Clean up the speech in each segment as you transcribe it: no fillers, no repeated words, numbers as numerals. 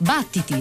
Battiti!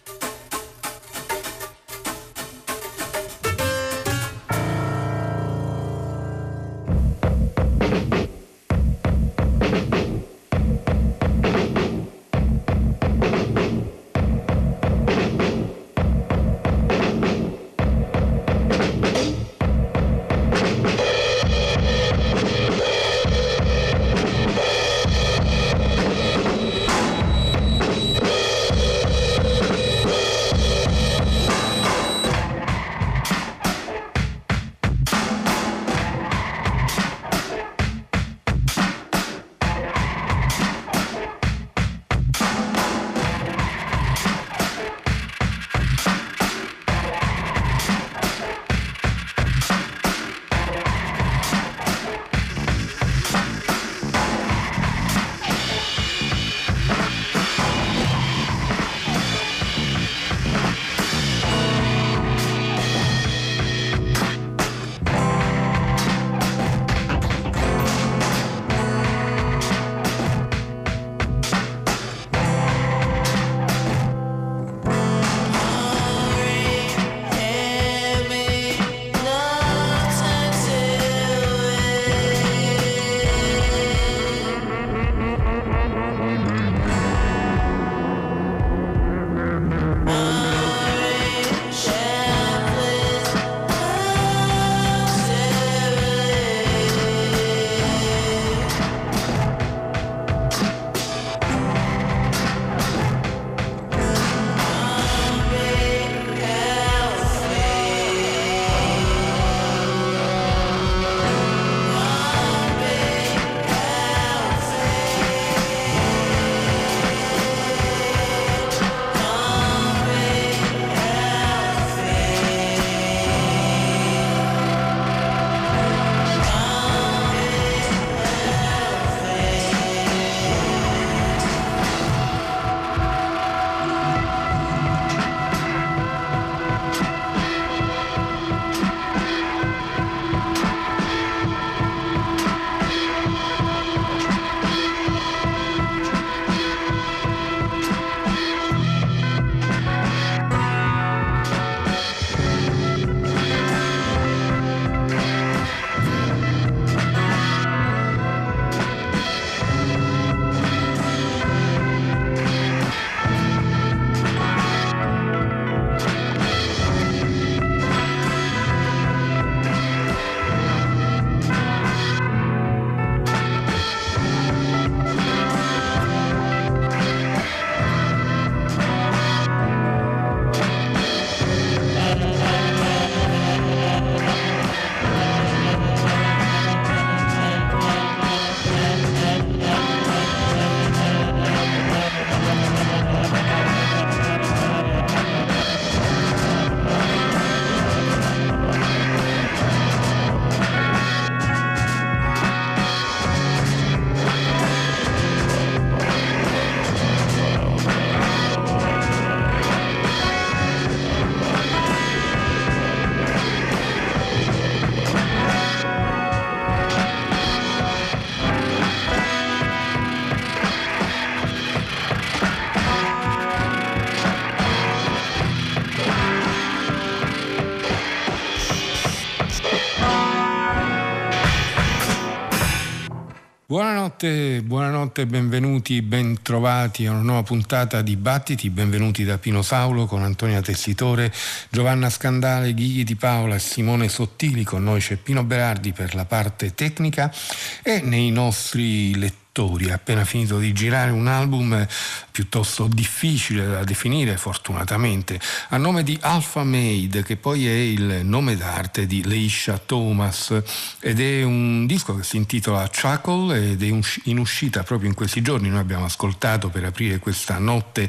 Buonanotte, benvenuti, bentrovati a una nuova puntata di Battiti, benvenuti da Pino Saulo con Antonia Tessitore, Giovanna Scandale, Ghighi Di Paola e Simone Sottili. Con noi c'è Pino Berardi per la parte tecnica e nei nostri lettori ha appena finito di girare un album piuttosto difficile da definire, fortunatamente, a nome di Alpha Made, che poi è il nome d'arte di Leisha Thomas, ed è un disco che si intitola Chuckle ed è in uscita proprio in questi giorni. Noi abbiamo ascoltato per aprire questa notte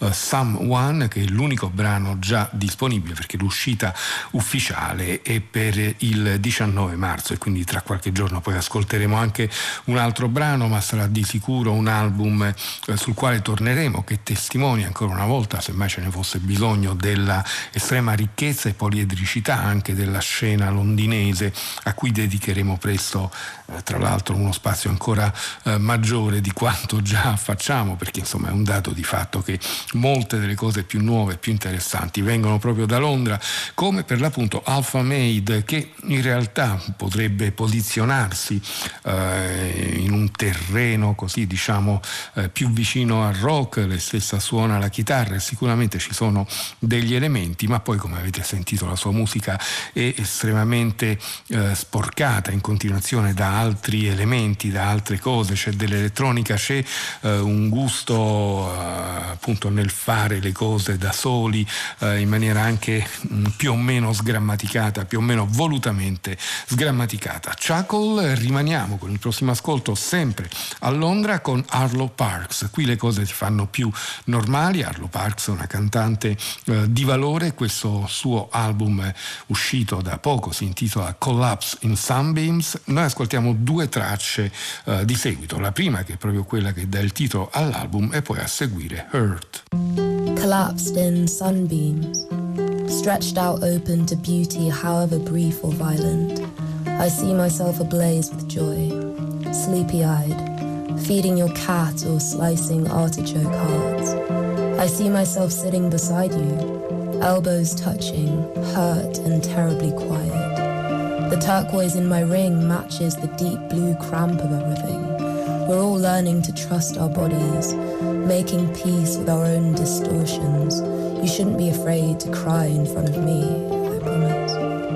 Someone, che è l'unico brano già disponibile perché l'uscita ufficiale è per il 19 marzo e quindi tra qualche giorno poi ascolteremo anche un altro brano, ma sarà di sicuro un album sul quale torneremo, che testimonia ancora una volta, semmai ce ne fosse bisogno, della estrema ricchezza e poliedricità anche della scena londinese, a cui dedicheremo presto tra l'altro uno spazio ancora maggiore di quanto già facciamo, perché insomma è un dato di fatto che molte delle cose più nuove e più interessanti vengono proprio da Londra, come per l'appunto Alpha Made, che in realtà potrebbe posizionarsi in un terreno così diciamo più vicino al rock. Lei stessa suona la chitarra e sicuramente ci sono degli elementi, ma poi, come avete sentito, la sua musica è estremamente sporcata in continuazione da altri elementi, da altre cose. C'è dell'elettronica, c'è un gusto appunto nel fare le cose da soli in maniera anche più o meno sgrammaticata, più o meno volutamente sgrammaticata. Chuckle, rimaniamo con il prossimo ascolto sempre a Londra con Arlo Parks. Qui le cose si fanno più normali. Arlo Parks è una cantante di valore. Questo suo album uscito da poco si intitola Collapse in Sunbeams. Noi ascoltiamo due tracce di seguito, la prima che è proprio quella che dà il titolo all'album e poi a seguire Hurt. Collapsed in sunbeams, stretched out open to beauty however brief or violent, I see myself ablaze with joy, sleepy-eyed, feeding your cat or slicing artichoke hearts. I see myself sitting beside you, elbows touching, hurt and terribly quiet. The turquoise in my ring matches the deep blue cramp of everything. We're all learning to trust our bodies, making peace with our own distortions. You shouldn't be afraid to cry in front of me, I promise.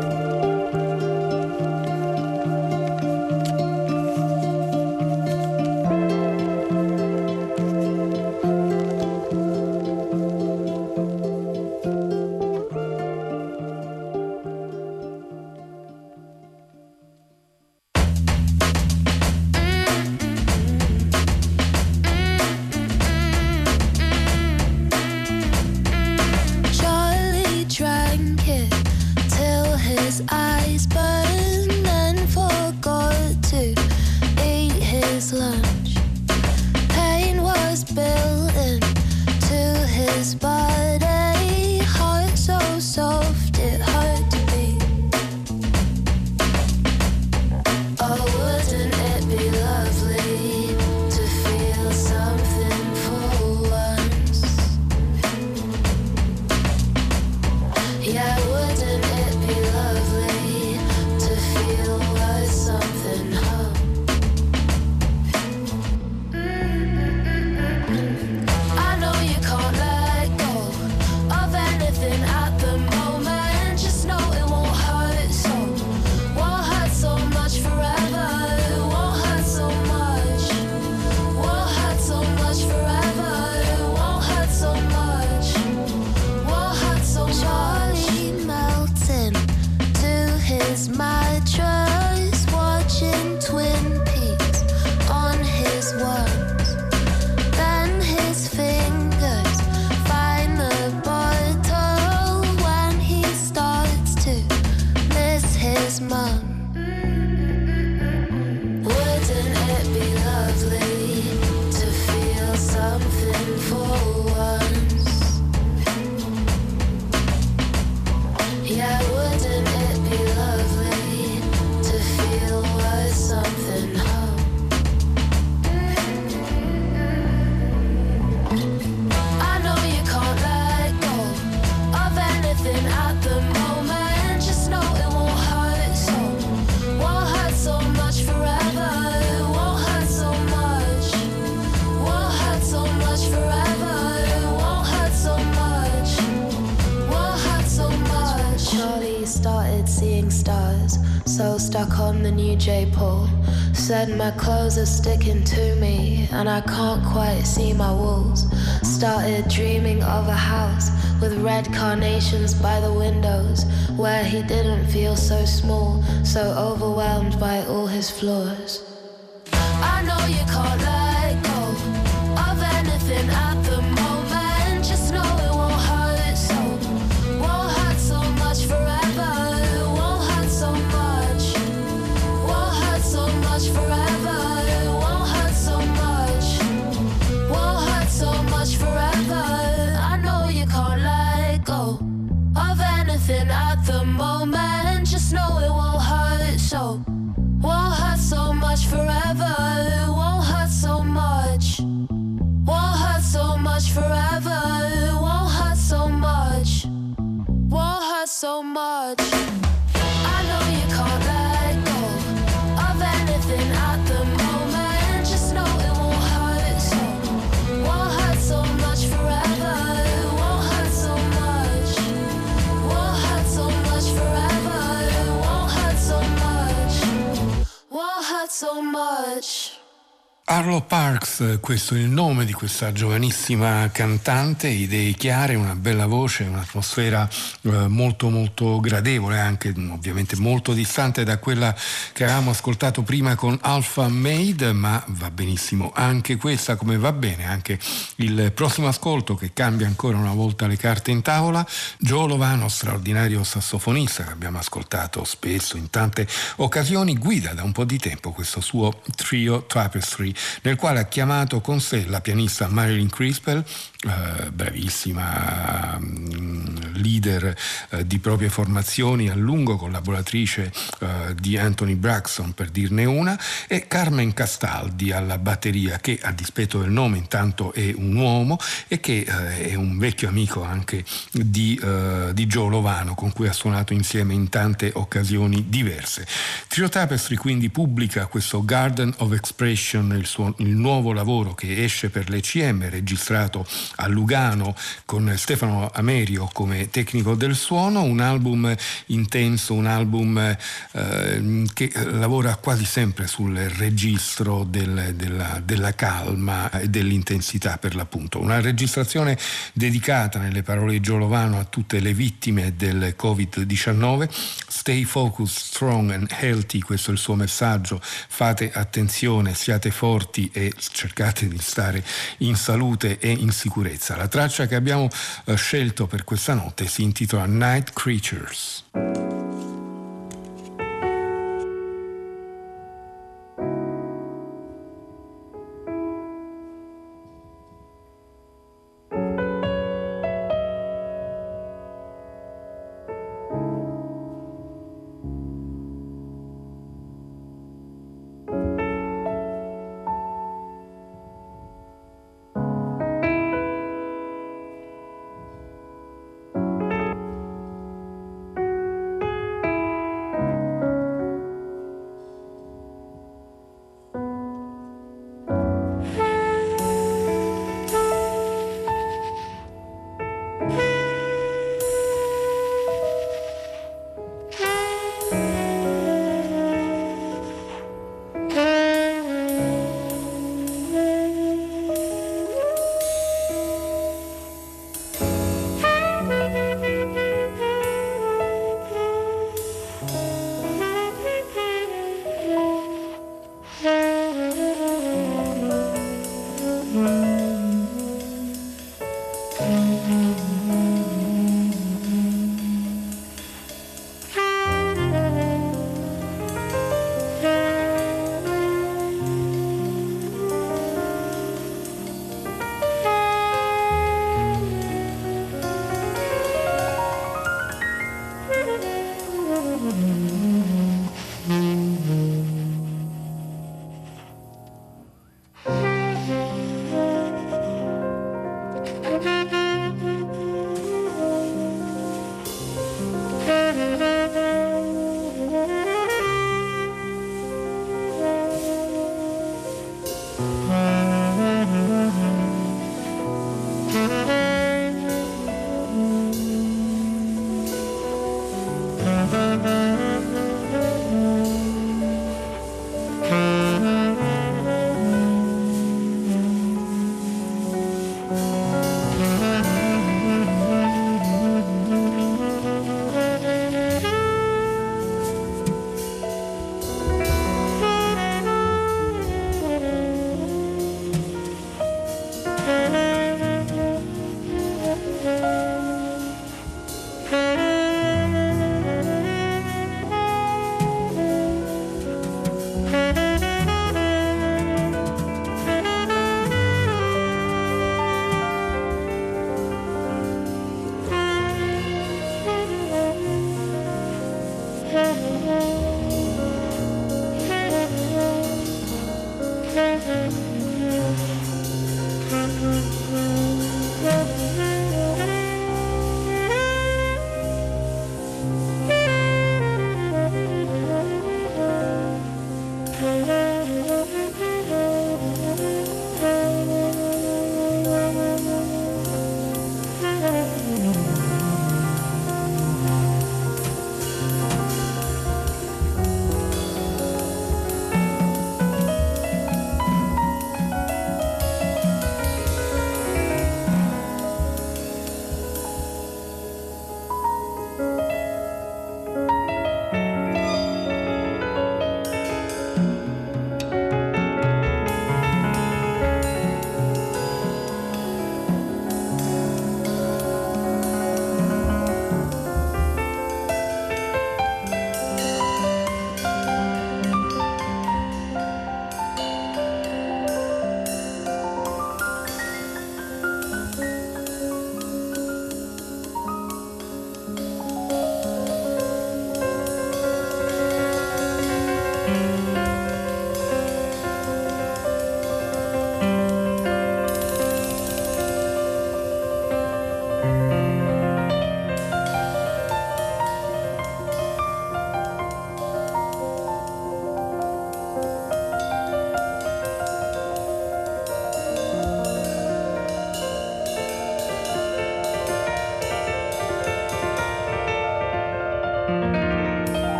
Stuck on the new J. Paul. Said my clothes are sticking to me and I can't quite see my walls. Started dreaming of a house with red carnations by the windows, where he didn't feel so small, so overwhelmed by all his flaws. I know you can't let go of anything at the moment. Just know it won't hurt so, won't hurt so much forever. It won't hurt so much, won't hurt so much forever. It won't hurt so so much. I know you can't let go of anything at the moment. Just know it won't hurt so, won't hurt so much forever. It won't hurt so much, won't hurt so much forever. It won't hurt so much, won't hurt so much. Arlo Parks, questo è il nome di questa giovanissima cantante, idee chiare, una bella voce, un'atmosfera molto molto gradevole, anche ovviamente molto distante da quella che avevamo ascoltato prima con Alpha Made, ma va benissimo anche questa, come va bene anche il prossimo ascolto che cambia ancora una volta le carte in tavola. Joe Lovano, straordinario sassofonista che abbiamo ascoltato spesso in tante occasioni, guida da un po' di tempo questo suo trio Tapestry, nel quale ha chiamato con sé la pianista Marilyn Crispell, bravissima leader di proprie formazioni, a lungo collaboratrice di Anthony Braxton, per dirne una, e Carmen Castaldi alla batteria, che a dispetto del nome intanto è un uomo e che è un vecchio amico anche di Joe Lovano, con cui ha suonato insieme in tante occasioni diverse. Trio Tapestry quindi pubblica questo Garden of Expression, il nuovo lavoro che esce per l'ECM, registrato a Lugano con Stefano Amerio come tecnico del suono, un album intenso, un album che lavora quasi sempre sul registro della calma e dell'intensità, per l'appunto. Una registrazione dedicata, nelle parole di Joe Lovano, a tutte le vittime del Covid-19. Stay focused, strong and healthy, questo è il suo messaggio. Fate attenzione, siate forti e cercate di stare in salute e in sicurezza. La traccia che abbiamo scelto per questa notte si intitola Night Creatures.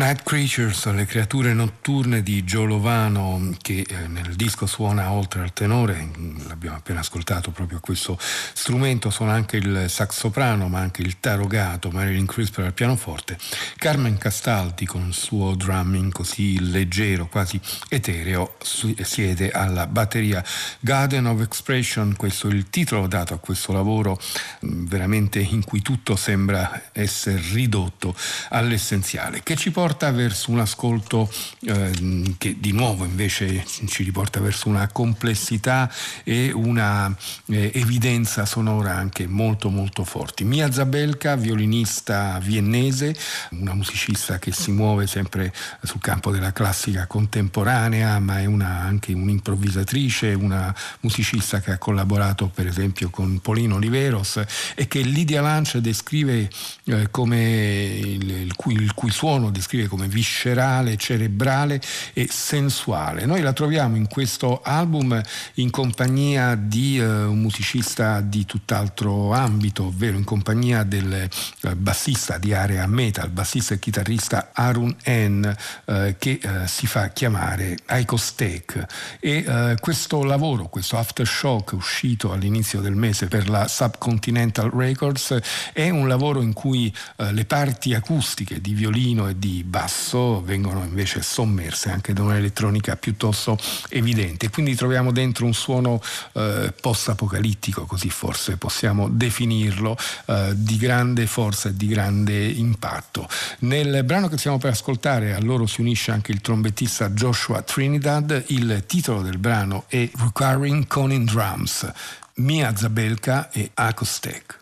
Night Creatures, le creature notturne di Joe Lovano, che nel disco suona oltre al tenore, l'abbiamo appena ascoltato proprio questo strumento, suona anche il sax soprano ma anche il tarogato, Marilyn Crisper al pianoforte, Carmen Castaldi con il suo drumming così leggero, quasi etereo, siede alla batteria. Garden of Expression, questo è il titolo dato a questo lavoro veramente in cui tutto sembra essere ridotto all'essenziale, che ci porta verso un ascolto che di nuovo invece ci riporta verso una complessità e una evidenza sonora anche molto molto forti. Mia Zabelka, violinista viennese, una musicista che si muove sempre sul campo della classica contemporanea, ma è anche un'improvvisatrice, una musicista che ha collaborato per esempio con Paulino Oliveros e che Lydia Lunch descrive come il cui suono descrive come viscerale, cerebrale e sensuale. Noi la troviamo in questo album in compagnia di un musicista di tutt'altro ambito, ovvero in compagnia del bassista di area metal, bassista e chitarrista Arun N, che si fa chiamare Aiko Steak, e questo lavoro, questo Aftershock uscito all'inizio del mese per la Subcontinental Records, è un lavoro in cui le parti acustiche di violino e di basso vengono invece sommerse anche da un'elettronica piuttosto evidente, quindi troviamo dentro un suono post-apocalittico, così forse possiamo definirlo, di grande forza e di grande impatto. Nel brano che stiamo per ascoltare a loro si unisce anche il trombettista Joshua Trinidad. Il titolo del brano è Recurring Conin Drums, Mia Zabelka e Aiko Steak.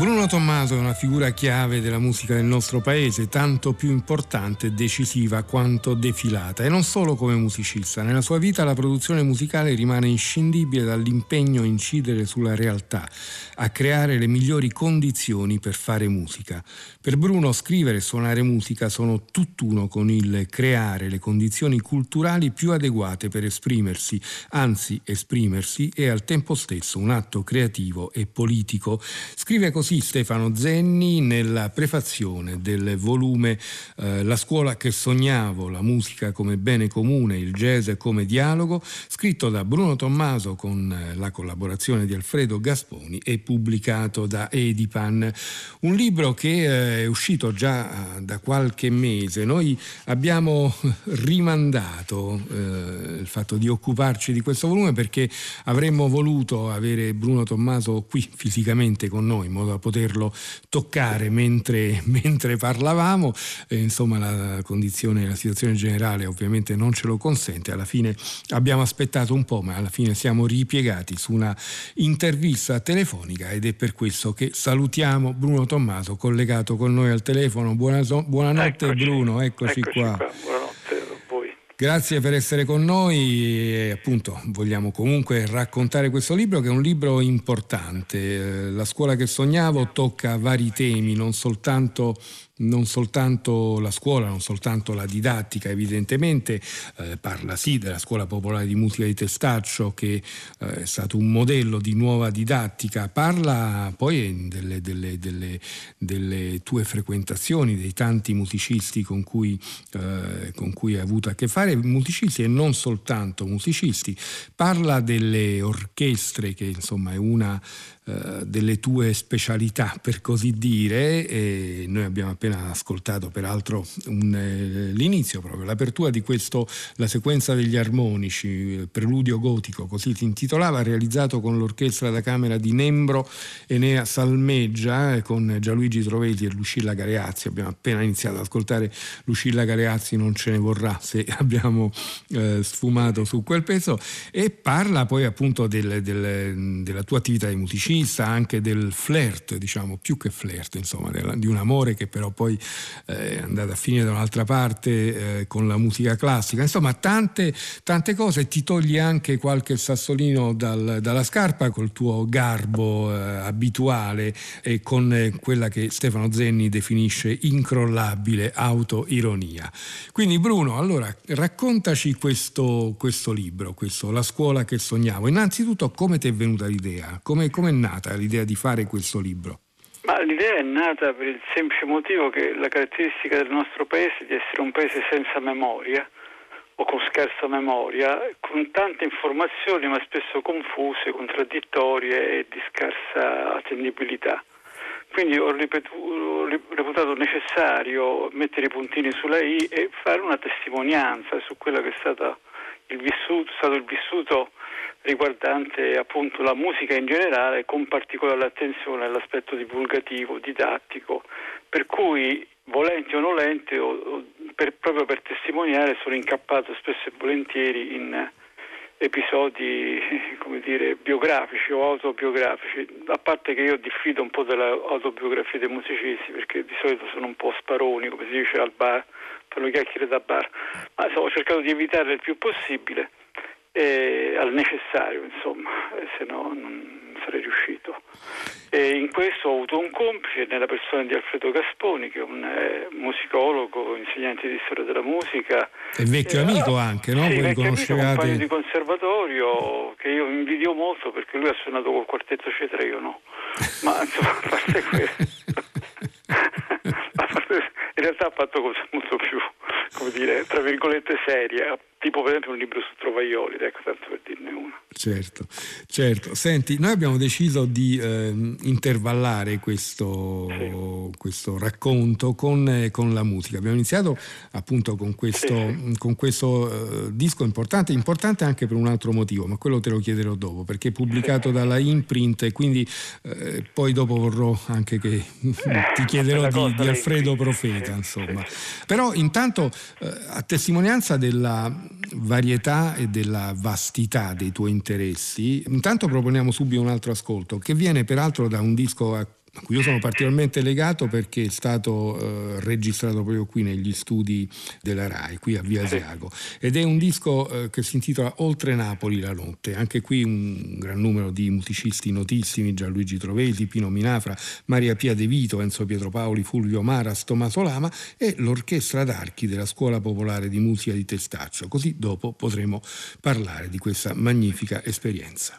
Bruno Tommaso è una figura chiave della musica del nostro paese, tanto più importante e decisiva quanto defilata, e non solo come musicista. Nella sua vita la produzione musicale rimane inscindibile dall'impegno a incidere sulla realtà, a creare le migliori condizioni per fare musica. Per Bruno scrivere e suonare musica sono tutt'uno con il creare le condizioni culturali più adeguate per esprimersi, anzi esprimersi è al tempo stesso un atto creativo e politico. Scrive così Stefano Zenni nella prefazione del volume La scuola che sognavo, la musica come bene comune, il jazz come dialogo, scritto da Bruno Tommaso con la collaborazione di Alfredo Gasponi e pubblicato da Edipan. Un libro che è uscito già da qualche mese. Noi abbiamo rimandato il fatto di occuparci di questo volume perché avremmo voluto avere Bruno Tommaso qui fisicamente con noi in modo da poterlo toccare mentre parlavamo. Insomma, la situazione generale ovviamente non ce lo consente. Alla fine abbiamo aspettato un po', ma alla fine siamo ripiegati su una intervista telefonica ed è per questo che salutiamo Bruno Tommaso collegato con noi al telefono. Buonanotte Bruno, eccoci qua. Buonanotte a voi. Grazie per essere con noi e appunto vogliamo comunque raccontare questo libro che è un libro importante. La scuola che sognavo tocca vari temi, non soltanto la scuola, non soltanto la didattica, evidentemente parla sì della scuola popolare di musica di Testaccio che è stato un modello di nuova didattica, parla poi delle tue frequentazioni, dei tanti musicisti con cui hai avuto a che fare, musicisti e non soltanto musicisti, parla delle orchestre che insomma è una delle tue specialità per così dire, e noi abbiamo appena ascoltato peraltro l'inizio, proprio l'apertura di questo, la sequenza degli armonici, Preludio gotico, così si intitolava, realizzato con l'orchestra da camera di Nembro Enea Salmeggia con Gianluigi Trovesi e Lucilla Galeazzi. Abbiamo appena iniziato ad ascoltare Lucilla Galeazzi, non ce ne vorrà se abbiamo sfumato su quel pezzo, e parla poi appunto della tua attività di musicista, anche del flirt, diciamo più che flirt, insomma di un amore che però poi è andato a finire da un'altra parte con la musica classica, insomma tante cose. Ti togli anche qualche sassolino dalla scarpa col tuo garbo abituale e con quella che Stefano Zenni definisce incrollabile autoironia. Quindi Bruno, allora raccontaci questo libro, La scuola che sognavo. Innanzitutto come ti è venuta l'idea? Come è nata l'idea di fare questo libro? Ma l'idea è nata per il semplice motivo che la caratteristica del nostro paese è di essere un paese senza memoria o con scarsa memoria, con tante informazioni ma spesso confuse, contraddittorie e di scarsa attendibilità. Quindi ho reputato necessario mettere i puntini sulla I e fare una testimonianza su quello che è stato il vissuto riguardante appunto la musica in generale, con particolare attenzione all'aspetto divulgativo, didattico, per cui volenti o nolenti proprio per testimoniare sono incappato spesso e volentieri in episodi, come dire, biografici o autobiografici, a parte che io diffido un po' della autobiografia dei musicisti perché di solito sono un po' sparoni, come si dice al bar, fanno chiacchiere da bar, ma insomma, ho cercato di evitare il più possibile al necessario, insomma, se no non sarei riuscito. E in questo ho avuto un complice nella persona di Alfredo Gasponi, che è un musicologo, insegnante di storia della musica. È vecchio amico anche, no? Sì, voi vecchio amico, compagno di conservatorio, che io invidio molto perché lui ha suonato col quartetto Cetra, io no. Ma insomma, a parte questo, in realtà ha fatto cose molto più, come dire, tra virgolette serie, tipo per esempio un libro su Trovaioli, ecco, tanto per dirne uno. Certo. Senti, noi abbiamo deciso di intervallare questo racconto con la musica. Abbiamo iniziato appunto con questo disco importante anche per un altro motivo, ma quello te lo chiederò dopo, perché è pubblicato dalla Imprint e quindi poi dopo vorrò anche che ti chiederò di Alfredo Profeta, insomma. Però intanto a testimonianza della varietà e della vastità dei tuoi interessi, intanto proponiamo subito un altro ascolto che viene peraltro da un disco a cui io sono particolarmente legato perché è stato registrato proprio qui negli studi della RAI, qui a Via Asiago, ed è un disco che si intitola Oltre Napoli la notte. Anche qui un gran numero di musicisti notissimi: Gianluigi Trovesi, Pino Minafra, Maria Pia De Vito, Enzo Pietropaoli, Fulvio Maras, Tommaso Lama e l'Orchestra d'Archi della Scuola Popolare di Musica di Testaccio. Così dopo potremo parlare di questa magnifica esperienza.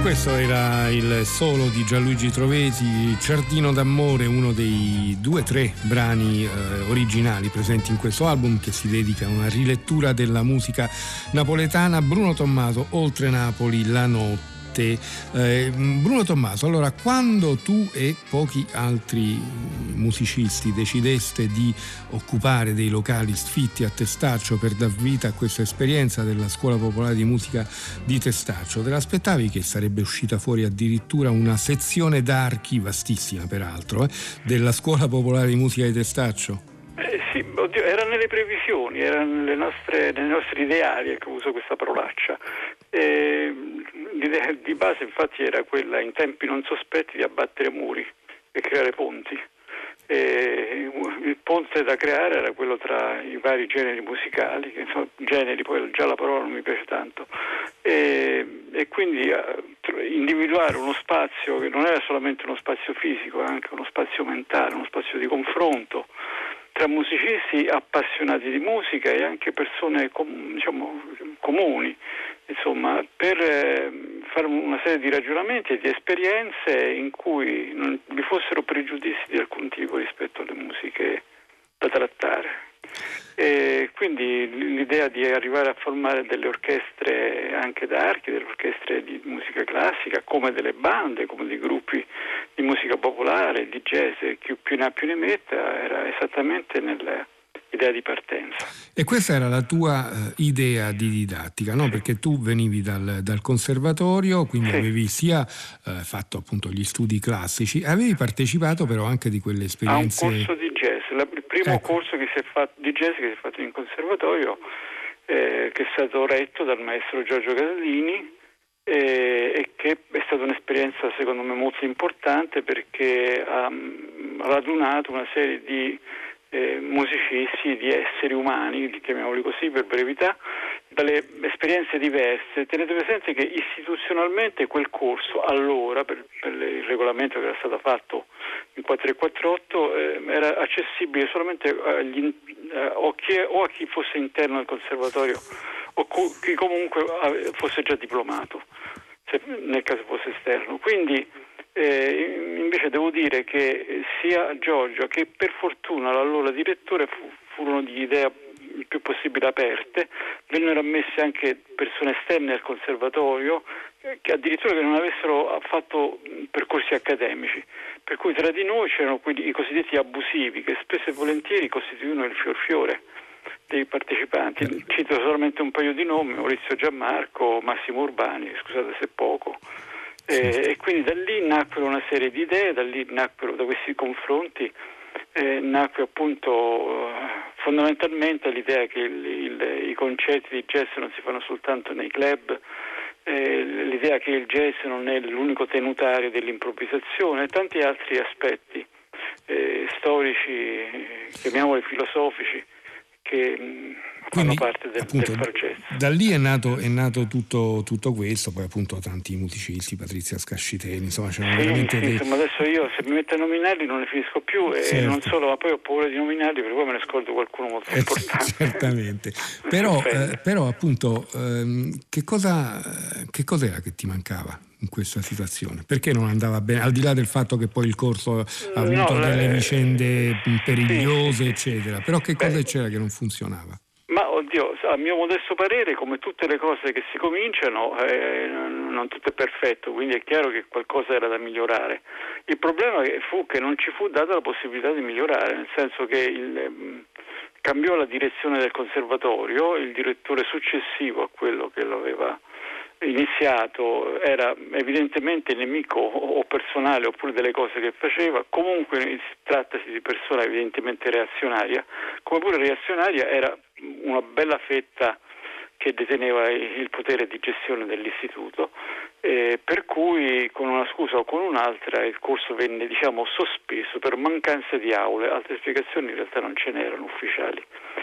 Questo era il solo di Gianluigi Trovesi, Giardino d'amore, uno dei 2-3 brani originali presenti in questo album, che si dedica a una rilettura della musica napoletana. Bruno Tommaso, Oltre Napoli, La notte. Bruno Tommaso, allora, quando tu e pochi altri musicisti decideste di occupare dei locali sfitti a Testaccio per dar vita a questa esperienza della Scuola Popolare di Musica di Testaccio, te l'aspettavi che sarebbe uscita fuori addirittura una sezione d'archi, vastissima peraltro, della Scuola Popolare di Musica di Testaccio? Sì, oddio, era nelle previsioni, era nei nostri ideali, ecco, uso questa parolaccia. L'idea di base infatti era quella, in tempi non sospetti, di abbattere muri e creare ponti. Il ponte da creare era quello tra i vari generi musicali, che insomma, generi, poi già la parola non mi piace tanto, e quindi individuare uno spazio che non era solamente uno spazio fisico, era anche uno spazio mentale, uno spazio di confronto tra musicisti appassionati di musica e anche persone comuni, insomma, per fare una serie di ragionamenti e di esperienze in cui non vi fossero pregiudizi di alcun tipo rispetto alle musiche da trattare. E quindi l'idea di arrivare a formare delle orchestre anche d'archi, delle orchestre di musica classica, come delle bande, come dei gruppi di musica popolare, di jazz, chi più ne ha più ne metta, era esattamente nell'idea di partenza. E questa era la tua idea di didattica, no? Perché tu venivi dal conservatorio, quindi avevi sia fatto appunto gli studi classici, avevi partecipato però anche di quelle esperienze... A un corso di jazz, il primo corso che si è fatto di jazz che si è fatto in conservatorio, che è stato retto dal maestro Giorgio Casallini, e che è stata un'esperienza secondo me molto importante, perché ha radunato una serie di musicisti, di esseri umani, chiamiamoli così per brevità, dalle esperienze diverse. Tenete presente che istituzionalmente quel corso allora, per il regolamento che era stato fatto in 448, era accessibile solamente a chi fosse interno al conservatorio o chi comunque fosse già diplomato, nel caso fosse esterno. Quindi invece devo dire che sia Giorgio che per fortuna l'allora direttore furono di idea il più possibile aperte, vennero ammesse anche persone esterne al conservatorio, che addirittura che non avessero fatto percorsi accademici, per cui tra di noi c'erano i cosiddetti abusivi, che spesso e volentieri costituivano il fiore dei partecipanti. Cito solamente un paio di nomi: Maurizio Gianmarco, Massimo Urbani, scusate se poco. E quindi da lì nacquero una serie di idee, da questi confronti nacque appunto fondamentalmente l'idea che i concerti di jazz non si fanno soltanto nei club, l'idea che il jazz non è l'unico tenutario dell'improvvisazione e tanti altri aspetti storici, chiamiamoli filosofici, che fanno parte del processo. Da lì è nato tutto questo, poi appunto tanti musicisti, Patrizia Scascitelli, insomma c'erano veramente insomma, adesso io se mi metto a nominarli non ne finisco più, certo. E non solo, ma poi ho paura di nominarli perché poi me ne scordo qualcuno molto importante. Certamente. Però appunto che cos'era che ti mancava in questa situazione? Perché non andava bene, al di là del fatto che poi il corso ha avuto delle vicende perigliose, eccetera, però che cosa c'era che non funzionava? Ma oddio, a mio modesto parere, come tutte le cose che si cominciano, non tutto è perfetto, quindi è chiaro che qualcosa era da migliorare. Il problema fu che non ci fu data la possibilità di migliorare, nel senso che cambiò la direzione del conservatorio, il direttore successivo a quello che lo aveva iniziato era evidentemente nemico o personale oppure delle cose che faceva. Comunque trattasi di persona evidentemente reazionaria, come pure reazionaria era una bella fetta che deteneva il potere di gestione dell'istituto, per cui con una scusa o con un'altra il corso venne sospeso per mancanza di aule. Altre spiegazioni in realtà non ce n'erano ufficiali.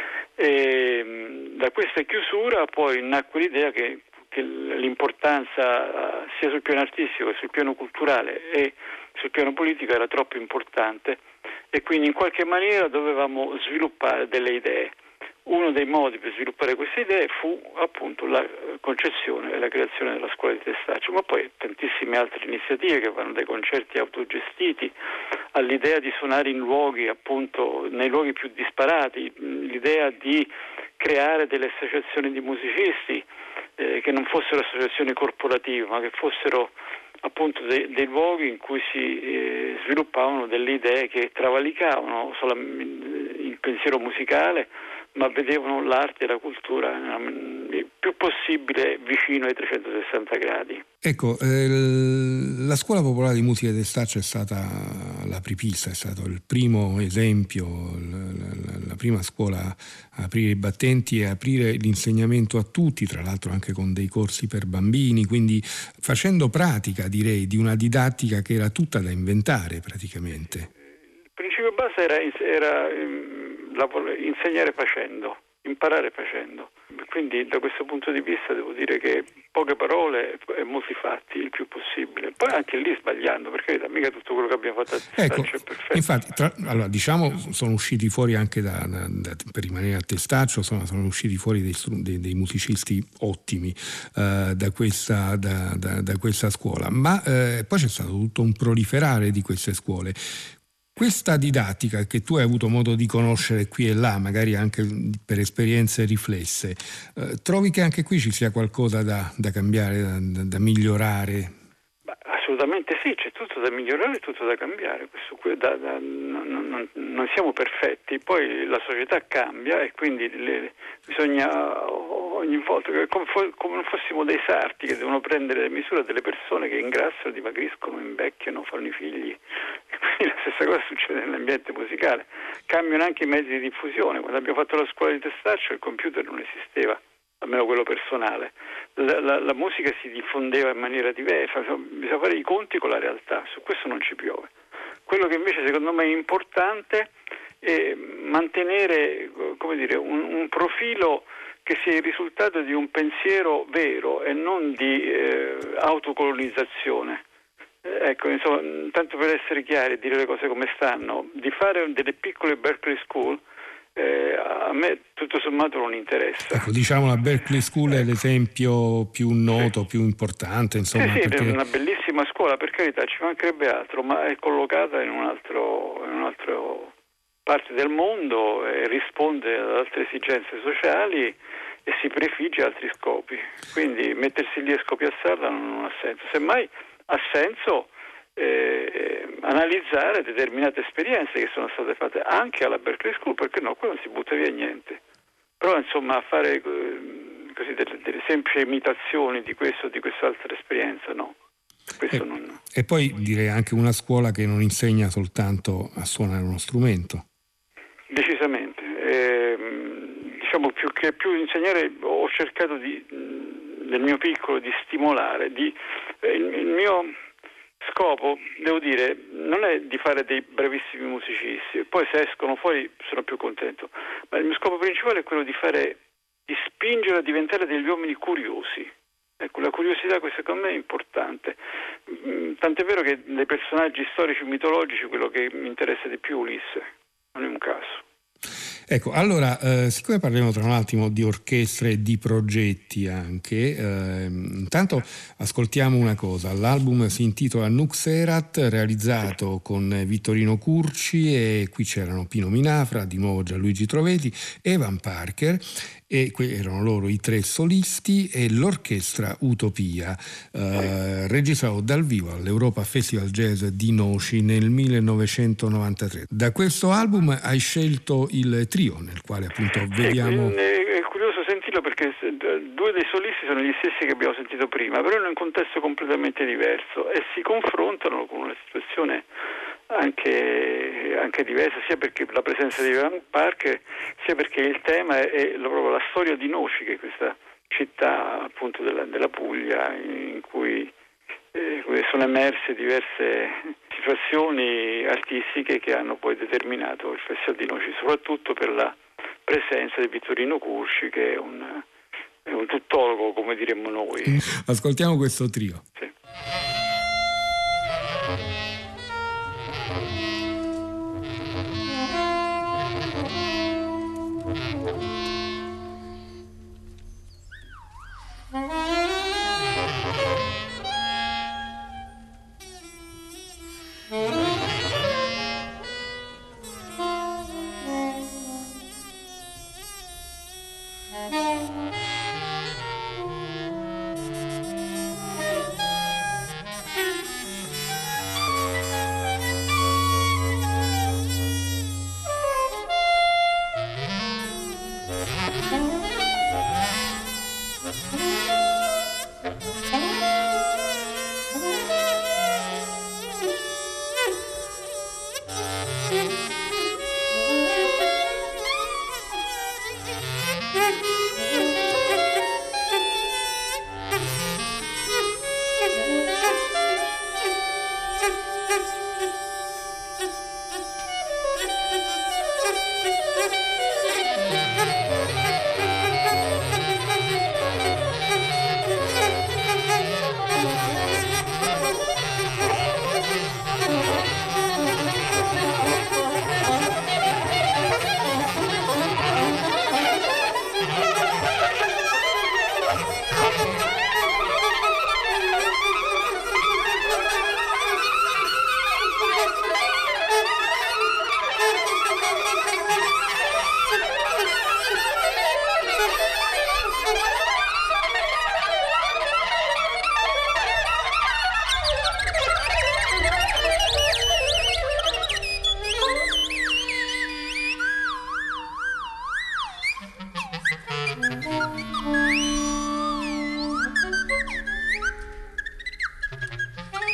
Da questa chiusura poi nacque l'idea che l'importanza sia sul piano artistico che sul piano culturale e sul piano politico era troppo importante, e quindi in qualche maniera dovevamo sviluppare delle idee. Uno dei modi per sviluppare queste idee fu appunto la concezione e la creazione della scuola di Testaccio, ma poi tantissime altre iniziative che vanno dai concerti autogestiti all'idea di suonare in luoghi, appunto nei luoghi più disparati, l'idea di creare delle associazioni di musicisti che non fossero associazioni corporative, ma che fossero appunto dei luoghi in cui si sviluppavano delle idee che travalicavano il pensiero musicale, ma vedevano l'arte e la cultura il più possibile vicino ai 360 gradi. Ecco, la Scuola Popolare di Musica di Testaccio è stata l'apripista, è stato il primo esempio, la prima scuola a aprire i battenti e aprire l'insegnamento a tutti, tra l'altro anche con dei corsi per bambini, quindi facendo pratica, direi, di una didattica che era tutta da inventare praticamente. Il principio base era insegnare facendo, imparare facendo. Quindi da questo punto di vista devo dire che poche parole e molti fatti il più possibile. Poi anche lì sbagliando, perché mica tutto quello che abbiamo fatto a Testaccio è perfetto. Infatti, allora diciamo sono usciti fuori anche per rimanere a Testaccio, sono usciti fuori dei musicisti ottimi da questa scuola, ma poi c'è stato tutto un proliferare di queste scuole. Questa didattica che tu hai avuto modo di conoscere qui e là, magari anche per esperienze riflesse, trovi che anche qui ci sia qualcosa da cambiare, da migliorare? Assolutamente sì, c'è tutto da migliorare e tutto da cambiare. Non siamo perfetti, poi la società cambia e quindi bisogna ogni volta, come non fossimo dei sarti che devono prendere le misure delle persone che ingrassano, dimagriscono, invecchiano, fanno i figli. Quindi la stessa cosa succede nell'ambiente musicale. Cambiano anche i mezzi di diffusione. Quando abbiamo fatto la scuola di Testaccio il computer non esisteva, almeno quello personale. La musica si diffondeva in maniera diversa, bisogna fare i conti con la realtà, su questo non ci piove. Quello che invece secondo me è importante è mantenere, come dire, un profilo che sia il risultato di un pensiero vero e non di autocolonizzazione. Ecco, insomma, tanto per essere chiari e dire le cose come stanno, di fare delle piccole Berklee School a me tutto sommato non interessa. Ecco, diciamo la Berklee School è l'esempio più noto, più importante, insomma. Sì, perché... è una bellissima scuola, per carità, ci mancherebbe altro, ma è collocata in un'altra parte del mondo e risponde ad altre esigenze sociali e si prefigge altri scopi. Quindi mettersi lì e scopiazzarla non ha senso. Semmai ha senso analizzare determinate esperienze che sono state fatte anche alla Berklee School, perché no, qua non si butta via niente. Però insomma fare così delle semplici imitazioni di questo o di quest'altra esperienza, no. Questo non... E poi direi anche una scuola che non insegna soltanto a suonare uno strumento. Decisamente. Diciamo più insegnare ho cercato nel mio piccolo di stimolare, il mio scopo, devo dire, non è di fare dei bravissimi musicisti, poi se escono fuori sono più contento, ma il mio scopo principale è quello di spingere a diventare degli uomini curiosi. Ecco, la curiosità, questo secondo me è importante. Tant'è vero che dei personaggi storici mitologici quello che mi interessa di più è Ulisse, non è un caso. Ecco, allora, siccome parliamo tra un attimo di orchestre e di progetti anche, intanto ascoltiamo una cosa. L'album si intitola Nux Erat, realizzato con Vittorino Curci, e qui c'erano Pino Minafra, di nuovo Gianluigi Troveti, Evan Parker, e erano loro i tre solisti, e l'orchestra Utopia, registrato dal vivo all'Europa Festival Jazz di Noci nel 1993. Da questo album hai scelto il trio, nel quale appunto vediamo... È curioso sentirlo perché due dei solisti sono gli stessi che abbiamo sentito prima, però in un contesto completamente diverso e si confrontano con una situazione anche diversa, sia perché la presenza di Evan Parker, sia perché il tema è proprio la storia di Noci, che è questa città appunto della Puglia in cui sono emerse diverse situazioni artistiche che hanno poi determinato il Festival di Noci, soprattutto per la presenza di Vittorino Curci, che è un tuttologo, come diremmo noi. Ascoltiamo questo trio. Sì.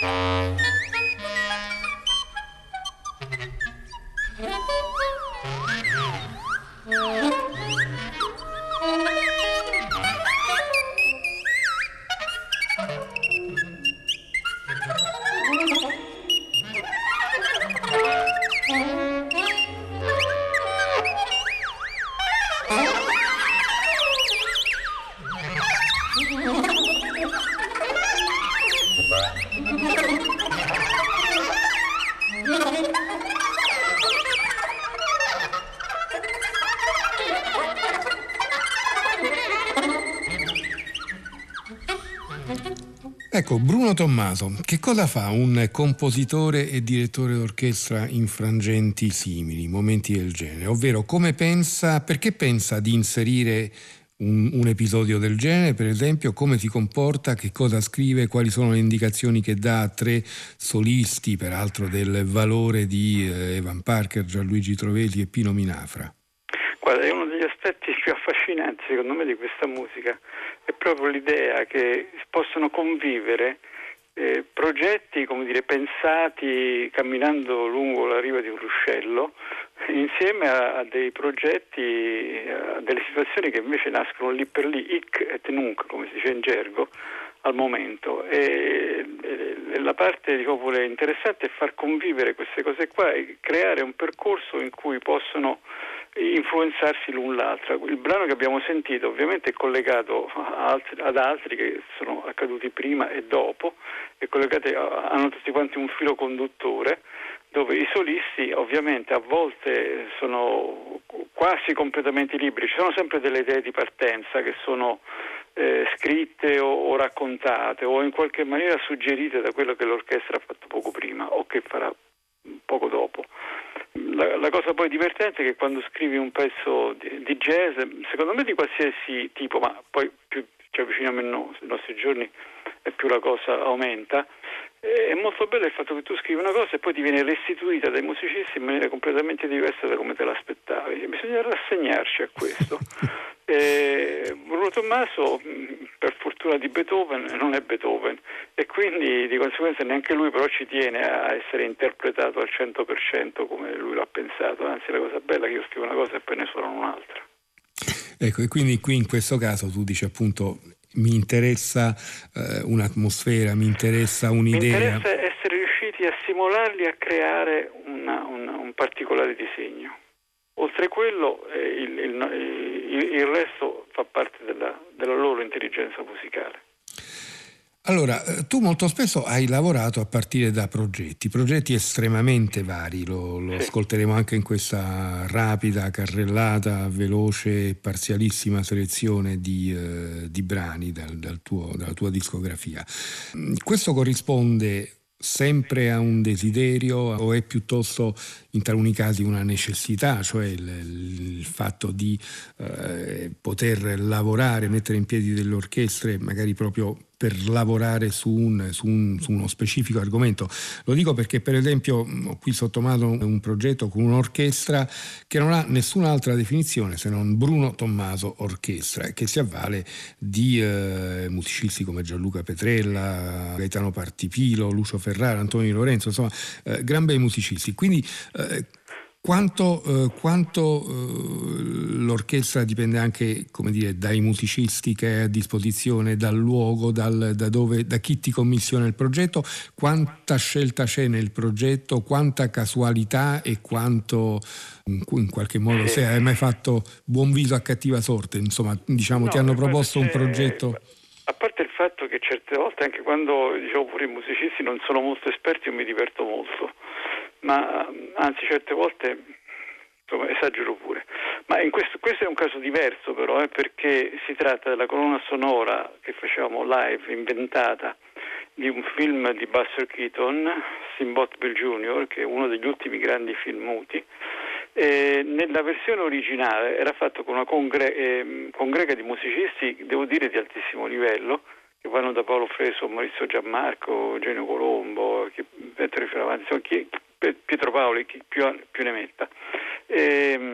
Ecco, Bruno Tommaso, che cosa fa un compositore e direttore d'orchestra in frangenti simili, momenti del genere? Ovvero, perché pensa di inserire un episodio del genere, per esempio, come si comporta, che cosa scrive, quali sono le indicazioni che dà a tre solisti, peraltro del valore di Evan Parker, Gianluigi Trovesi e Pino Minafra? Guarda, è uno degli aspetti più affascinanti secondo me di questa musica, è proprio l'idea che possono convivere progetti, come dire, pensati camminando lungo la riva di un ruscello, insieme a dei progetti, a delle situazioni che invece nascono lì per lì, hic et nunc, come si dice in gergo, al momento. E la parte interessante è far convivere queste cose qua e creare un percorso in cui possono influenzarsi l'un l'altra. Il brano che abbiamo sentito ovviamente è collegato ad altri che sono accaduti prima e dopo, e collegati hanno tutti quanti un filo conduttore, dove i solisti ovviamente a volte sono quasi completamente liberi, ci sono sempre delle idee di partenza che sono scritte o raccontate o in qualche maniera suggerite da quello che l'orchestra ha fatto poco prima o che farà poco dopo. La cosa poi divertente è che quando scrivi un pezzo di jazz, secondo me di qualsiasi tipo, ma poi più ci avviciniamo ai nostri giorni e più la cosa aumenta, è molto bello il fatto che tu scrivi una cosa e poi ti viene restituita dai musicisti in maniera completamente diversa da come te l'aspettavi. Bisogna rassegnarci a questo. Bruno Tommaso, per fortuna di Beethoven, non è Beethoven e quindi di conseguenza neanche lui però ci tiene a essere interpretato al 100% come lui l'ha pensato, anzi la cosa bella è che io scrivo una cosa e poi ne suono un'altra. Ecco, e quindi qui in questo caso tu dici appunto mi interessa un'atmosfera, mi interessa un'idea. Mi interessa essere riusciti a simularli, a creare un particolare disegno. Oltre quello il resto fa parte della loro intelligenza musicale. Allora, tu molto spesso hai lavorato a partire da progetti estremamente vari, lo Sì. ascolteremo anche in questa rapida, carrellata, veloce e parzialissima selezione di brani dalla tua discografia. Questo corrisponde sempre a un desiderio o è piuttosto in taluni casi una necessità, cioè il fatto di poter lavorare, mettere in piedi delle orchestre magari proprio per lavorare su uno specifico argomento? Lo dico perché per esempio ho qui sotto mano un progetto con un'orchestra che non ha nessun'altra definizione se non Bruno Tommaso Orchestra, che si avvale di musicisti come Gianluca Petrella, Gaetano Partipilo, Lucio Ferrara, Antonio Lorenzo, insomma gran bei musicisti. Quindi quanto l'orchestra dipende anche, come dire, dai musicisti che hai a disposizione, dal luogo, da chi ti commissiona il progetto, quanta scelta c'è nel progetto, quanta casualità e quanto in qualche modo se hai mai fatto buon viso a cattiva sorte, insomma, diciamo, ti hanno proposto un progetto. A parte il fatto che certe volte, anche quando pure i musicisti non sono molto esperti, io mi diverto molto, ma anzi certe volte esagero pure. Ma questo è un caso diverso però, perché si tratta della colonna sonora che facevamo live, inventata, di un film di Buster Keaton, Steamboat Bill Jr., che è uno degli ultimi grandi film muti. Nella versione originale era fatto con una congrega di musicisti, devo dire di altissimo livello, che vanno da Paolo Freso, Maurizio Giammarco, Eugenio Colombo, Pietro Fioravanti, Pietro Paoli, chi più ne metta.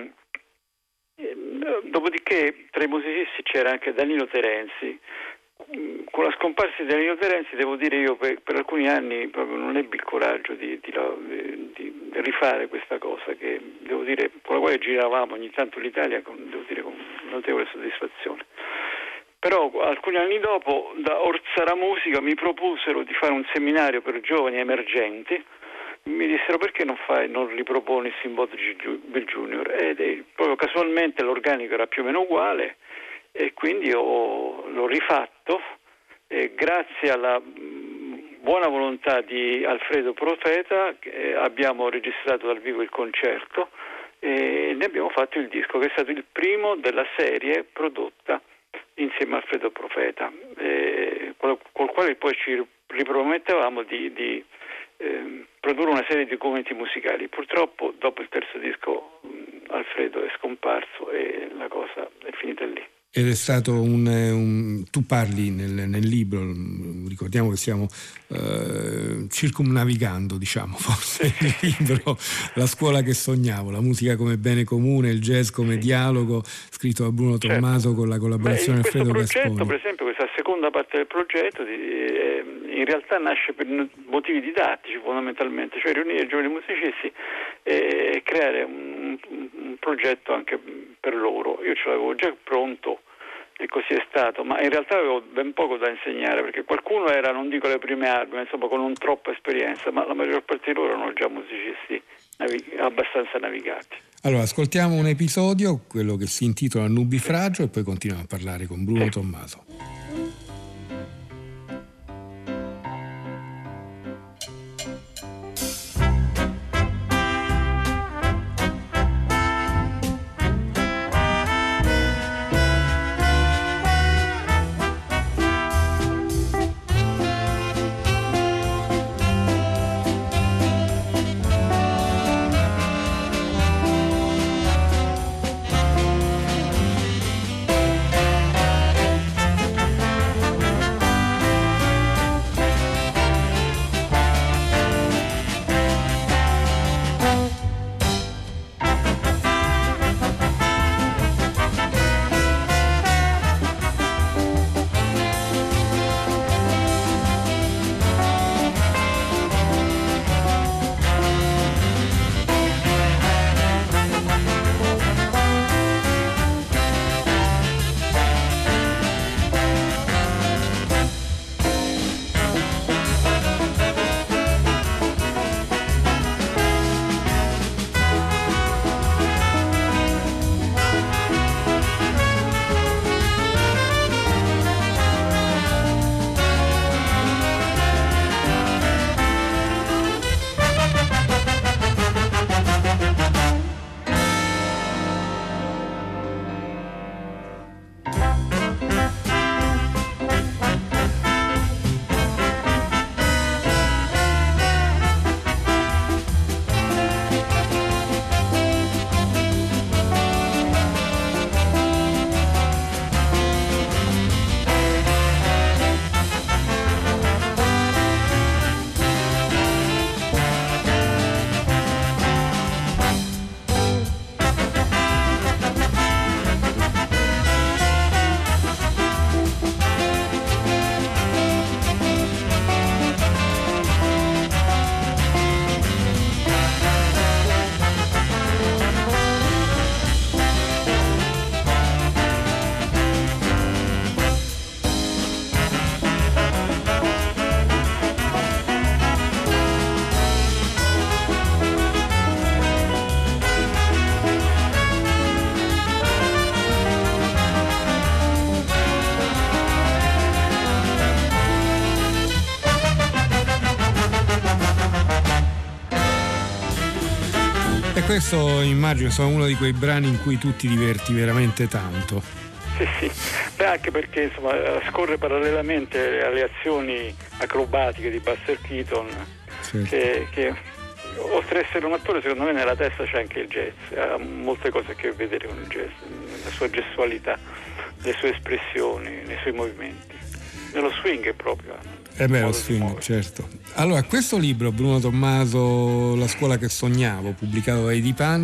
Dopodiché tra i musicisti c'era anche Danilo Terenzi, con la scomparsa di Nino Terenzi, devo dire, io per alcuni anni proprio non ebbi il coraggio di rifare questa cosa, che devo dire, con la quale giravamo ogni tanto l'Italia con notevole soddisfazione. Però alcuni anni dopo, da Orsara Musica mi proposero di fare un seminario per giovani emergenti. Mi dissero: perché non riproponi Simbad Bill Junior? Proprio casualmente l'organico era più o meno uguale, e quindi l'ho rifatto, e grazie alla buona volontà di Alfredo Profeta abbiamo registrato dal vivo il concerto e ne abbiamo fatto il disco, che è stato il primo della serie prodotta insieme a Alfredo Profeta, col quale poi ci ripromettevamo di produrre una serie di documenti musicali. Purtroppo dopo il terzo disco Alfredo è scomparso e la cosa è finita lì. Ed è stato tu parli nel libro, ricordiamo che stiamo circumnavigando, diciamo, forse il libro La scuola che sognavo, la musica come bene comune, il jazz come dialogo, scritto da Bruno Tommaso con la collaborazione di Alfredo Gasconi. Questo progetto, per esempio, questa seconda parte del progetto in realtà nasce per motivi didattici fondamentalmente, cioè riunire i giovani musicisti e creare un progetto anche per loro. Io ce l'avevo già pronto e così è stato, ma in realtà avevo ben poco da insegnare, perché qualcuno era, non dico le prime armi, ma insomma con non troppa esperienza, ma la maggior parte di loro erano già musicisti abbastanza navigati. Allora, ascoltiamo un episodio, quello che si intitola Nubifragio, e poi continuiamo a parlare con Bruno Tommaso. E questo immagino sia uno di quei brani in cui tu ti diverti veramente tanto. Sì. Beh, anche perché insomma scorre parallelamente alle azioni acrobatiche di Buster Keaton, certo. che oltre ad essere un attore, secondo me nella testa c'è anche il jazz, ha molte cose a che vedere con il jazz, la sua gestualità, le sue espressioni, nei suoi movimenti, nello swing proprio. Lo swing, certo. Allora, questo libro, Bruno Tommaso, La scuola che sognavo, pubblicato da Edipan,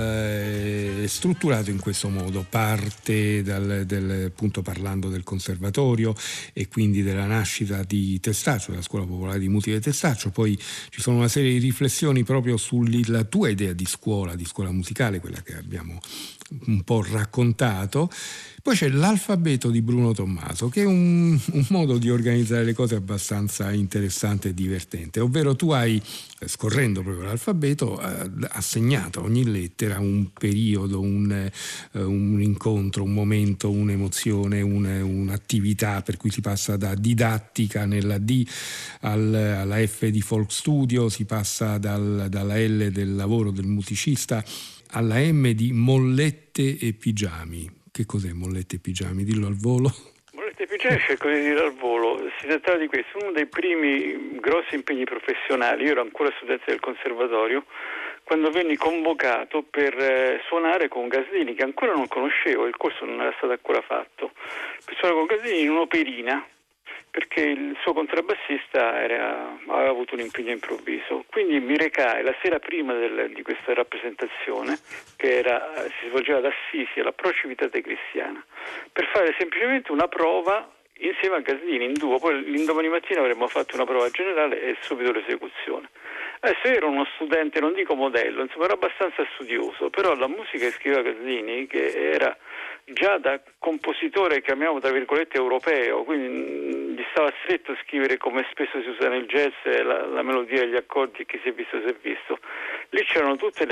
è strutturato in questo modo. Parte appunto parlando del conservatorio e quindi della nascita di Testaccio, della Scuola Popolare di Musica di Testaccio. Poi ci sono una serie di riflessioni proprio sulla tua idea di scuola musicale, quella che abbiamo un po' raccontato. Poi c'è l'alfabeto di Bruno Tommaso, che è un modo di organizzare le cose abbastanza interessante e divertente, ovvero tu hai, scorrendo proprio l'alfabeto, assegnato a ogni lettera un periodo, un incontro, un momento, un'emozione, un'attività, per cui si passa da didattica nella D alla F di folk studio, si passa dalla L del lavoro del musicista alla M di mollette e pigiami. Che cos'è mollette e pigiami? Dillo al volo. Mollette e pigiami, cerco di dire al volo. Si trattava di questo, uno dei primi grossi impegni professionali. Io ero ancora studente del conservatorio quando venni convocato per suonare con Gaslini, che ancora non conoscevo, il corso non era stato ancora fatto, per suonare con Gaslini in un'operina, perché il suo contrabbassista aveva avuto un impegno improvviso. Quindi mi recai la sera prima di questa rappresentazione, che si svolgeva ad Assisi, alla Procività Cristiana, per fare semplicemente una prova insieme a Gaslini in duo. Poi l'indomani mattina avremmo fatto una prova generale e subito l'esecuzione. Adesso io ero uno studente, non dico modello, insomma ero abbastanza studioso, però la musica che scriveva Gaslini, che era già da compositore, chiamiamo tra virgolette europeo, quindi gli stava stretto scrivere, come spesso si usa nel jazz, la melodia, gli accordi, che si è visto si è visto. Lì c'erano tutte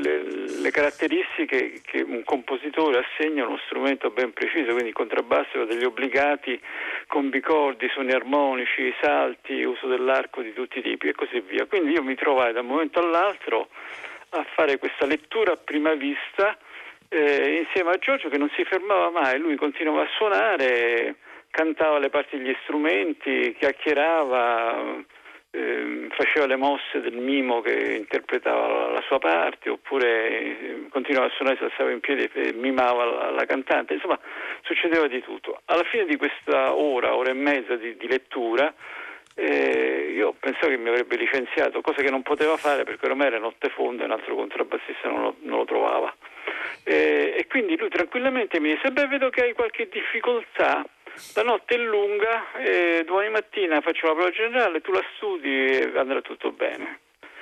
le caratteristiche che un compositore assegna a uno strumento ben preciso, quindi il contrabbasso, degli obbligati con bicordi, suoni armonici, salti, uso dell'arco di tutti i tipi e così via. Quindi io mi trovai da un momento all'altro a fare questa lettura a prima vista insieme a Giorgio, che non si fermava mai. Lui continuava a suonare, cantava le parti degli strumenti, chiacchierava, faceva le mosse del mimo che interpretava la sua parte, oppure continuava a suonare, si alzava in piedi e mimava la cantante. Insomma, succedeva di tutto. Alla fine di questa ora e mezza di lettura, io pensavo che mi avrebbe licenziato, cosa che non poteva fare perché ormai era notte fonda e un altro contrabbassista non lo trovava. E quindi lui tranquillamente mi disse: beh, vedo che hai qualche difficoltà, la notte è lunga, domani mattina faccio la prova generale, tu la studi e andrà tutto bene.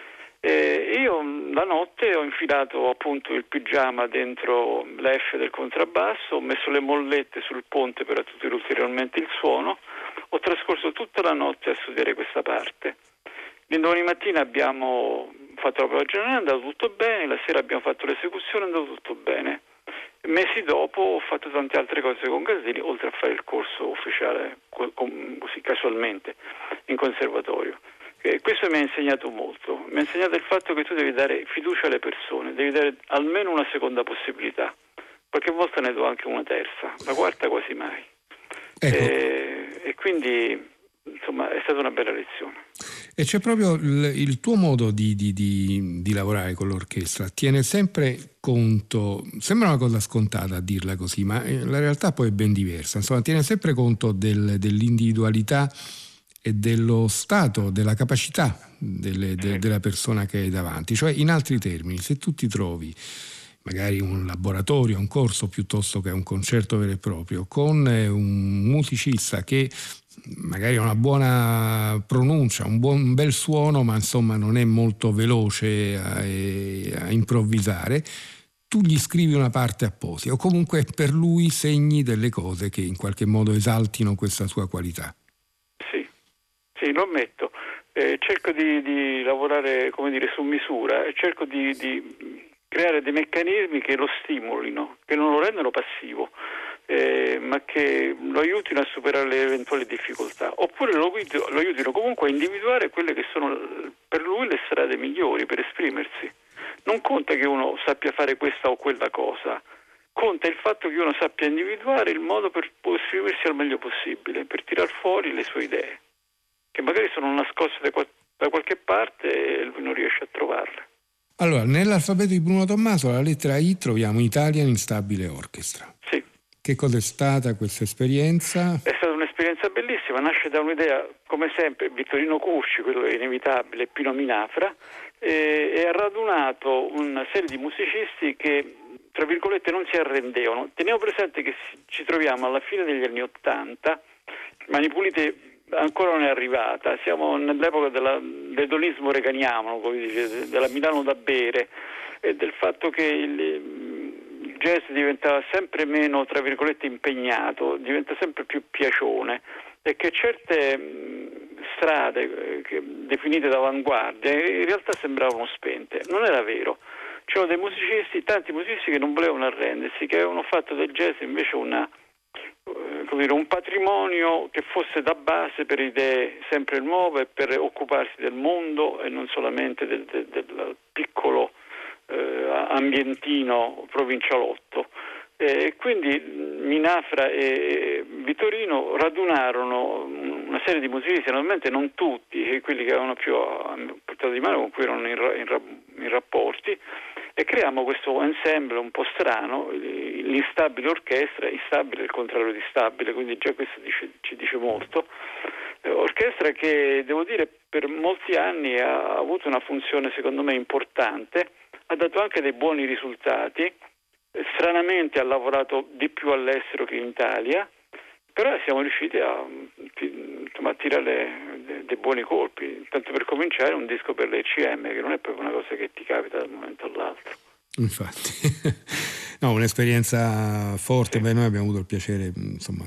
Io la notte ho infilato appunto il pigiama dentro la F del contrabbasso, ho messo le mollette sul ponte per attutire ulteriormente il suono, ho trascorso tutta la notte a studiare questa parte. L'indomani mattina abbiamo fatto la prova generale, è andato tutto bene, la sera abbiamo fatto l'esecuzione, è andato tutto bene. Mesi dopo ho fatto tante altre cose con Gaslini, oltre a fare il corso ufficiale così casualmente in conservatorio. Questo mi ha insegnato molto, mi ha insegnato il fatto che tu devi dare fiducia alle persone, devi dare almeno una seconda possibilità, qualche volta ne do anche una terza, la quarta quasi mai. Ecco. E quindi insomma è stata una bella lezione. E c'è proprio il tuo modo di lavorare con l'orchestra, tiene sempre conto, sembra una cosa scontata a dirla così, ma la realtà poi è ben diversa, insomma tiene sempre conto dell'individualità e dello stato, della capacità della persona che hai davanti. Cioè, in altri termini, se tu ti trovi magari un laboratorio, un corso piuttosto che un concerto vero e proprio, con un musicista che magari ha una buona pronuncia, un bel suono, ma insomma non è molto veloce a improvvisare, tu gli scrivi una parte apposita o comunque per lui segni delle cose che in qualche modo esaltino questa sua qualità. Sì, lo ammetto. Cerco di lavorare, come dire, su misura, e cerco di creare dei meccanismi che lo stimolino, che non lo rendano passivo, ma che lo aiutino a superare le eventuali difficoltà, oppure lo aiutino comunque a individuare quelle che sono per lui le strade migliori per esprimersi. Non conta che uno sappia fare questa o quella cosa, conta il fatto che uno sappia individuare il modo per esprimersi al meglio possibile, per tirar fuori le sue idee, che magari sono nascoste da qualche parte e lui non riesce a trovarle. Allora, nell'alfabeto di Bruno Tommaso, alla lettera I troviamo Italian Instabile Orchestra. Sì. Che cosa è stata questa esperienza? È stata un'esperienza un'esperienza bellissima, nasce da un'idea, come sempre, Vittorino Curci, quello è inevitabile, Pino Minafra, e ha radunato una serie di musicisti che, tra virgolette, non si arrendevano. Teniamo presente che ci troviamo alla fine degli anni '80, Mani Pulite ancora non è arrivata, siamo nell'epoca dell'edonismo reganiano, come dice, della Milano da bere, e del fatto che il jazz diventava sempre meno, tra virgolette, impegnato, diventa sempre più piacione, e che certe strade definite d'avanguardia in realtà sembravano spente. Non era vero. C'erano dei musicisti, tanti musicisti che non volevano arrendersi, che avevano fatto del jazz invece un patrimonio che fosse da base per idee sempre nuove, per occuparsi del mondo e non solamente del piccolo ambientino provincialotto. E quindi Minafra e Vittorino radunarono una serie di musicisti, naturalmente non tutti, quelli che avevano più portato di mano, con cui erano in rapporti, e creiamo questo ensemble un po' strano, l'instabile orchestra. Instabile è il contrario di stabile, quindi già questo ci dice molto. Orchestra che, devo dire, per molti anni ha avuto una funzione secondo me importante, ha dato anche dei buoni risultati. Stranamente ha lavorato di più all'estero che in Italia, però siamo riusciti a tirare dei buoni colpi. Tanto per cominciare, un disco per l'ECM, che non è proprio una cosa che ti capita da un momento all'altro. Infatti, no, un'esperienza forte. Beh, noi abbiamo avuto il piacere, insomma,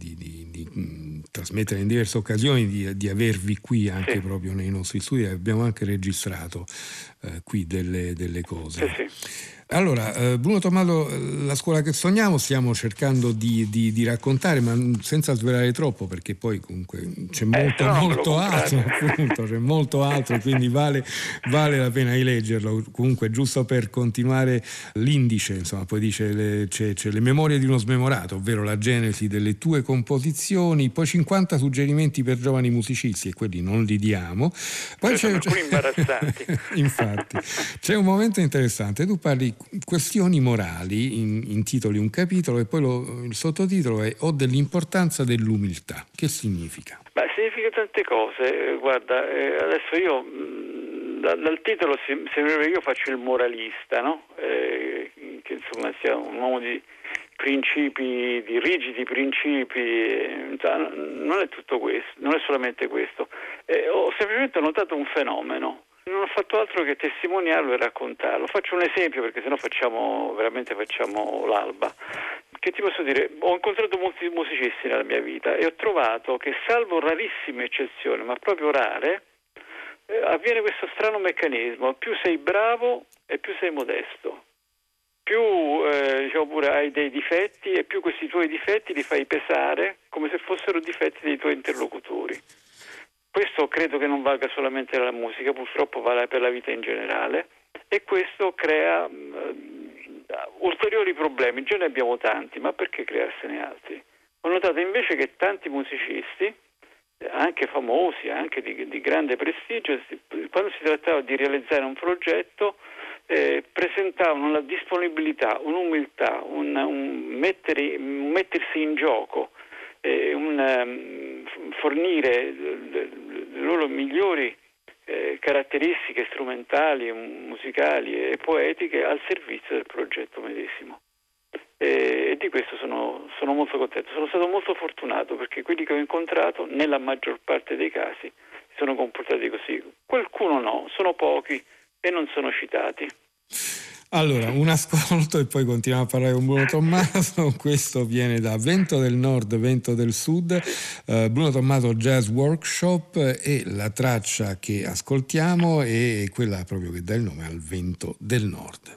di trasmettere in diverse occasioni, di avervi qui anche proprio nei nostri studi. Abbiamo anche registrato qui delle cose. Sì. Allora, Bruno Tommaso, la scuola che sogniamo stiamo cercando di raccontare, ma senza svelare troppo, perché poi comunque c'è molto altro, appunto, c'è molto altro, quindi vale la pena di leggerlo. Comunque, giusto per continuare l'indice, insomma, poi dice c'è le memorie di uno smemorato, ovvero la genesi delle tue composizioni, poi 50 suggerimenti per giovani musicisti, e quelli non li diamo. Poi sono alcuni imbarazzanti. Infatti, c'è un momento interessante, tu parli questioni morali, intitoli un capitolo, e poi il sottotitolo è "Ho dell'importanza dell'umiltà". Che significa? Beh, significa tante cose. Guarda, adesso io dal titolo sembra che io faccio il moralista, no? Che insomma sia un uomo di principi, di rigidi principi, non è tutto questo, non è solamente questo. Ho semplicemente notato un fenomeno. Non ho fatto altro che testimoniarlo e raccontarlo. Faccio un esempio, perché sennò facciamo l'alba. Che ti posso dire? Ho incontrato molti musicisti nella mia vita e ho trovato che, salvo rarissime eccezioni, ma proprio rare, avviene questo strano meccanismo: più sei bravo e più sei modesto, più pure hai dei difetti, e più questi tuoi difetti li fai pesare come se fossero difetti dei tuoi interlocutori. Questo credo che non valga solamente per la musica, purtroppo vale per la vita in generale, e questo crea ulteriori problemi. Già ne abbiamo tanti, ma perché crearsene altri? Ho notato invece che tanti musicisti, anche famosi, anche di grande prestigio, quando si trattava di realizzare un progetto, presentavano la disponibilità, un'umiltà, un mettersi in gioco, fornire le loro migliori caratteristiche strumentali, musicali e poetiche al servizio del progetto medesimo. E di questo sono molto contento. Sono stato molto fortunato, perché quelli che ho incontrato, nella maggior parte dei casi, si sono comportati così. Qualcuno no, sono pochi e non sono citati. Allora, un ascolto e poi continuiamo a parlare con Bruno Tommaso. Questo viene da Vento del Nord, Vento del Sud, Bruno Tommaso Jazz Workshop, e la traccia che ascoltiamo è quella proprio che dà il nome al Vento del Nord.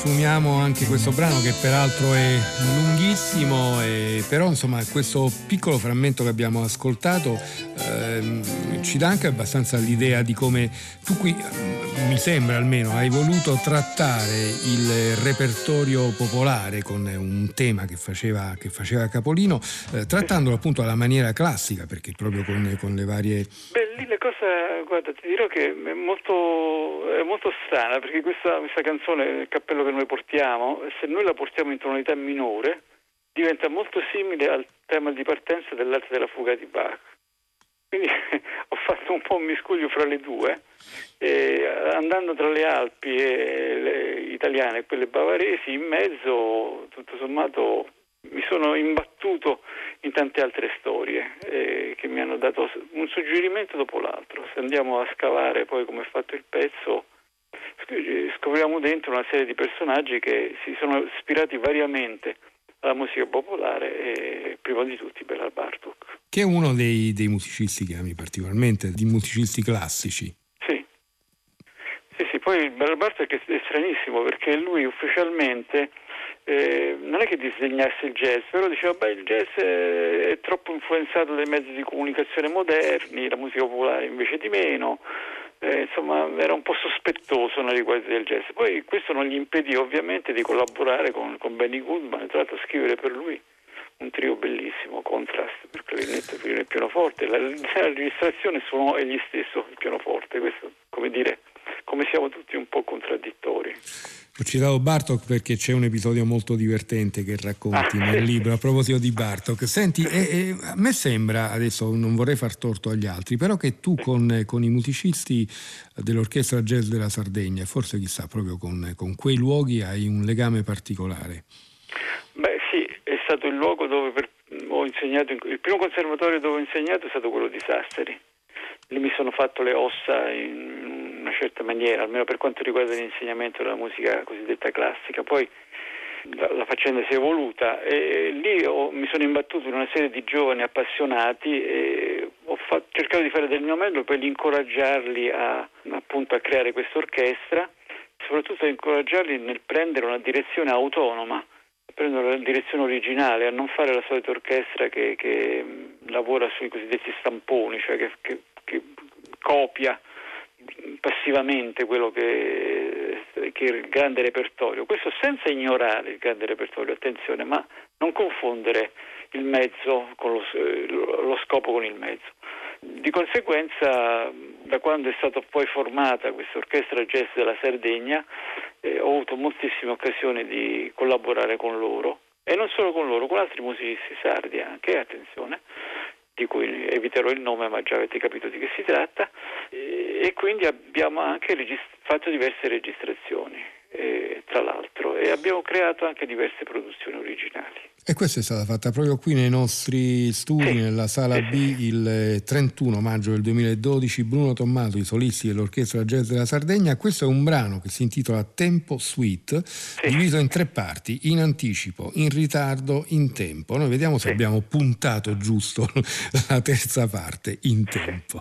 sfumiamo anche questo brano, che peraltro è lunghissimo, però insomma questo piccolo frammento che abbiamo ascoltato ci dà anche abbastanza l'idea di come tu qui, mi sembra almeno, hai voluto trattare il repertorio popolare con un tema che faceva capolino, trattandolo appunto alla maniera classica, perché proprio con le varie... Beh, lì la cosa, guarda, ti dirò che è molto strana, perché questa canzone, il cappello che noi portiamo, se noi la portiamo in tonalità minore, diventa molto simile al tema di partenza dell'arte della fuga di Bach. Quindi ho fatto un po' un miscuglio fra le due, andando tra le Alpi italiane e quelle bavaresi, in mezzo, tutto sommato, mi sono imbattuto in tante altre storie che mi hanno dato un suggerimento dopo l'altro. Se andiamo a scavare poi come è fatto il pezzo, scopriamo dentro una serie di personaggi che si sono ispirati variamente alla musica popolare, e prima di tutti Béla Bartók, che è uno dei musicisti che ami particolarmente, di musicisti classici. Sì, poi Béla Bartók è stranissimo, perché lui ufficialmente non è che disdegnasse il jazz, però diceva il jazz è troppo influenzato dai mezzi di comunicazione moderni, la musica popolare invece di meno. Insomma, era un po' sospettoso nei riguardi del jazz. Poi questo non gli impedì ovviamente di collaborare con Benny Goodman, e tra l'altro scrivere per lui un trio bellissimo, Contrast per clarinetto, violino e pianoforte. La registrazione suonò egli stesso il pianoforte. Questo, come dire, come siamo tutti un po' contraddittori. Ho citato Bartók perché c'è un episodio molto divertente che racconti nel libro a proposito di Bartók. Senti, a me sembra, adesso non vorrei far torto agli altri, però che tu con i musicisti dell'Orchestra Jazz della Sardegna, forse chissà proprio con quei luoghi, hai un legame particolare. Beh sì, è stato il luogo dove ho insegnato, il primo conservatorio dove ho insegnato è stato quello di Sassari. Lì mi sono fatto le ossa in una certa maniera, almeno per quanto riguarda l'insegnamento della musica cosiddetta classica. Poi la faccenda si è evoluta e lì mi sono imbattuto in una serie di giovani appassionati e ho cercato di fare del mio meglio per incoraggiarli appunto a creare questa orchestra, soprattutto a incoraggiarli nel prendere una direzione autonoma, prendere la direzione originale, a non fare la solita orchestra che lavora sui cosiddetti stamponi, cioè che copia passivamente quello che è il grande repertorio. Questo senza ignorare il grande repertorio, attenzione, ma non confondere il mezzo con lo scopo con il mezzo. Di conseguenza, da quando è stata poi formata questa orchestra jazz della Sardegna, ho avuto moltissime occasioni di collaborare con loro, e non solo con loro, con altri musicisti sardi anche, attenzione, di cui eviterò il nome, ma già avete capito di che si tratta, e quindi abbiamo anche fatto diverse registrazioni, tra l'altro, e abbiamo creato anche diverse produzioni originali. E questa è stata fatta proprio qui nei nostri studi, sì, nella sala B, il 31 maggio del 2012, Bruno Tommaso, i solisti dell'Orchestra Jazz della Sardegna. Questo è un brano che si intitola Tempo Suite, sì, diviso in 3 parti: in anticipo, in ritardo, in tempo. Noi vediamo se abbiamo puntato giusto la terza parte, in tempo.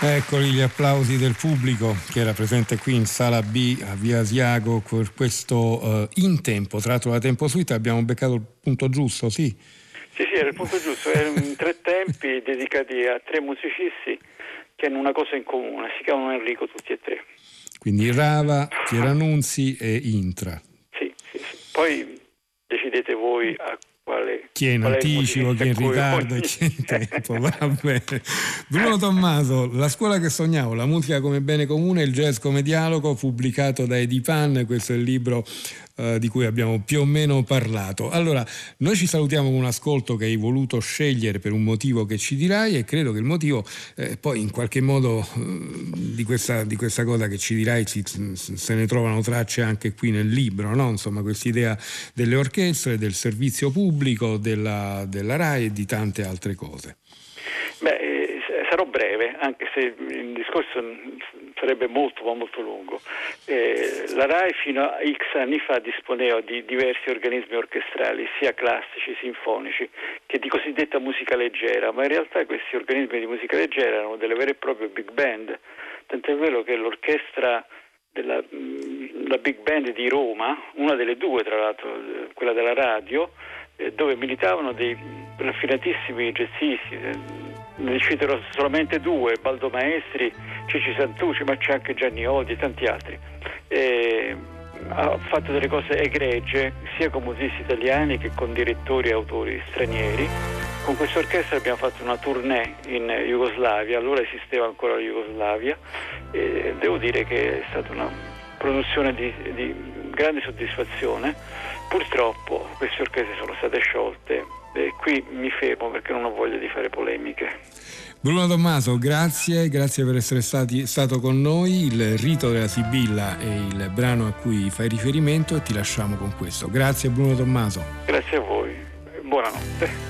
Eccoli gli applausi del pubblico che era presente qui in sala B a Via Asiago per questo In Tempo, tratto da Tempo Suite. Abbiamo beccato il punto giusto, sì? Sì, era il punto giusto, erano 3 tempi dedicati a 3 musicisti che hanno una cosa in comune, si chiamano Enrico tutti e 3. Quindi Rava, Pieranunzi e Intra. Sì. Poi decidete voi a chi è in anticipo, chi è in ritardo e chi è in tempo. Va bene. Bruno Tommaso, La scuola che sognavo, la musica come bene comune, il jazz come dialogo, pubblicato da Edipan. Questo è il libro di cui abbiamo più o meno parlato. Allora, noi ci salutiamo con un ascolto che hai voluto scegliere per un motivo che ci dirai, e credo che il motivo poi in qualche modo di questa cosa che ci dirai se ne trovano tracce anche qui nel libro, no? Insomma, quest'idea delle orchestre, del servizio pubblico, della RAI e di tante altre cose. Sarò breve, anche se il discorso sarebbe molto lungo. La RAI fino a X anni fa disponeva di diversi organismi orchestrali, sia classici, sinfonici, che di cosiddetta musica leggera, ma in realtà questi organismi di musica leggera erano delle vere e proprie big band, tant'è vero che l'orchestra la Big Band di Roma, una delle 2 tra l'altro, quella della radio, dove militavano dei raffinatissimi jazzisti, ne citerò solamente 2, Baldo Maestri, Cici Santucci, ma c'è anche Gianni Odi e tanti altri. Ha fatto delle cose egregie sia con musicisti italiani che con direttori e autori stranieri. Con questa orchestra abbiamo fatto una tournée in Jugoslavia, allora esisteva ancora la Jugoslavia, e devo dire che è stata una produzione di grande soddisfazione. Purtroppo queste orchestre sono state sciolte e qui mi fermo perché non ho voglia di fare polemiche. Bruno Tommaso, grazie per essere stato con noi. Il Rito della Sibilla è il brano a cui fai riferimento e ti lasciamo con questo. Grazie Bruno Tommaso. Grazie a voi, buonanotte.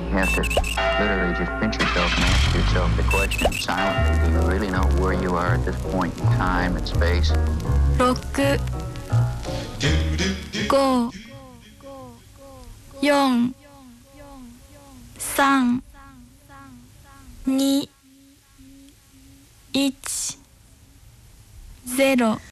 You have to literally just pinch yourself and ask yourself the question silently. Do you really know where you are at this point in time and space? 6 5 4 3 2 1 0